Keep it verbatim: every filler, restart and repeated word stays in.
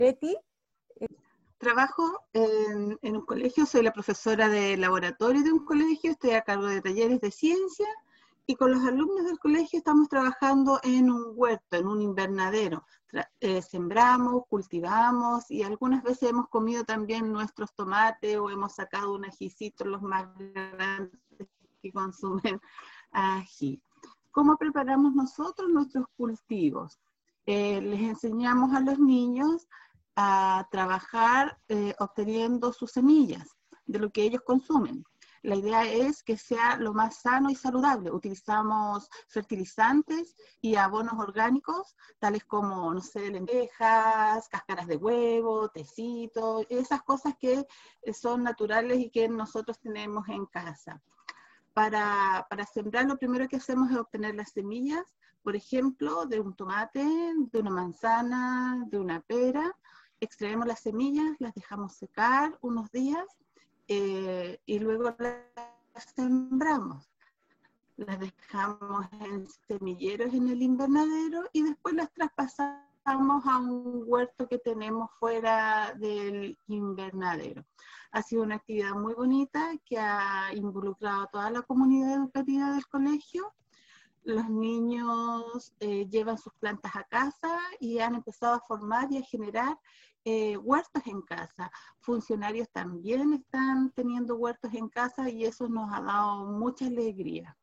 Betty. Trabajo en, en un colegio, soy la profesora de laboratorio de un colegio, estoy a cargo de talleres de ciencia y con los alumnos del colegio estamos trabajando en un huerto, en un invernadero. Tra eh, sembramos, cultivamos y algunas veces hemos comido también nuestros tomates o hemos sacado un ajicito, los más grandes que consumen ají. ¿Cómo preparamos nosotros nuestros cultivos? Eh, les enseñamos a los niños a trabajar eh, obteniendo sus semillas de lo que ellos consumen. La idea es que sea lo más sano y saludable. Utilizamos fertilizantes y abonos orgánicos, tales como, no sé, lentejas, cáscaras de huevo, tecitos, esas cosas que son naturales y que nosotros tenemos en casa. Para, para sembrar, lo primero que hacemos es obtener las semillas, por ejemplo, de un tomate, de una manzana, de una pera. Extraemos las semillas, las dejamos secar unos días eh, y luego las sembramos. Las dejamos en semilleros en el invernadero y después las traspasamos a un huerto que tenemos fuera del invernadero. Ha sido una actividad muy bonita que ha involucrado a toda la comunidad educativa del colegio. Los niños eh, llevan sus plantas a casa y han empezado a formar y a generar eh, huertos en casa. Funcionarios también están teniendo huertos en casa y eso nos ha dado mucha alegría.